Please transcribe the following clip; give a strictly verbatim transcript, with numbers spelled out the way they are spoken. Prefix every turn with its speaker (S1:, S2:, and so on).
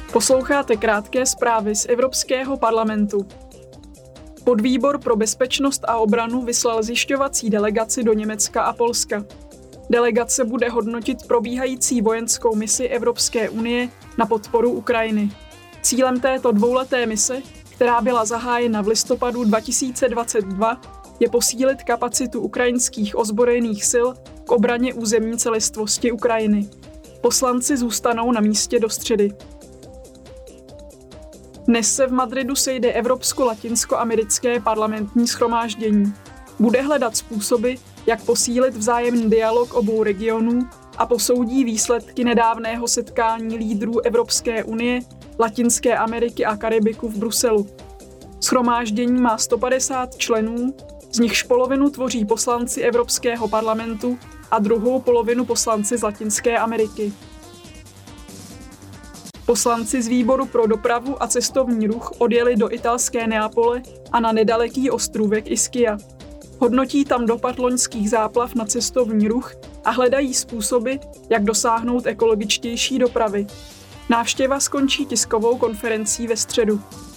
S1: Posloucháte krátké zprávy z Evropského parlamentu. Podvýbor pro bezpečnost a obranu vyslal zjišťovací delegaci do Německa a Polska. Delegace bude hodnotit probíhající vojenskou misi Evropské unie na podporu Ukrajiny. Cílem této dvouleté mise, která byla zahájena v listopadu dva tisíce dvacet dva, je posílit kapacitu ukrajinských ozbrojených sil k obraně územní celistvosti Ukrajiny. Poslanci zůstanou na místě do středy. Dnes se v Madridu sejde Evropsko-latinsko-americké parlamentní shromáždění. Bude hledat způsoby, jak posílit vzájemný dialog obou regionů a posoudí výsledky nedávného setkání lídrů Evropské unie, Latinské Ameriky a Karibiku v Bruselu. Shromáždění má sto padesát členů, z nichž polovinu tvoří poslanci Evropského parlamentu a druhou polovinu poslanci z Latinské Ameriky. Poslanci z výboru pro dopravu a cestovní ruch odjeli do italské Neapole a na nedaleký ostrůvek Ischia. Hodnotí tam dopad loňských záplav na cestovní ruch a hledají způsoby, jak dosáhnout ekologičtější dopravy. Návštěva skončí tiskovou konferencí ve středu.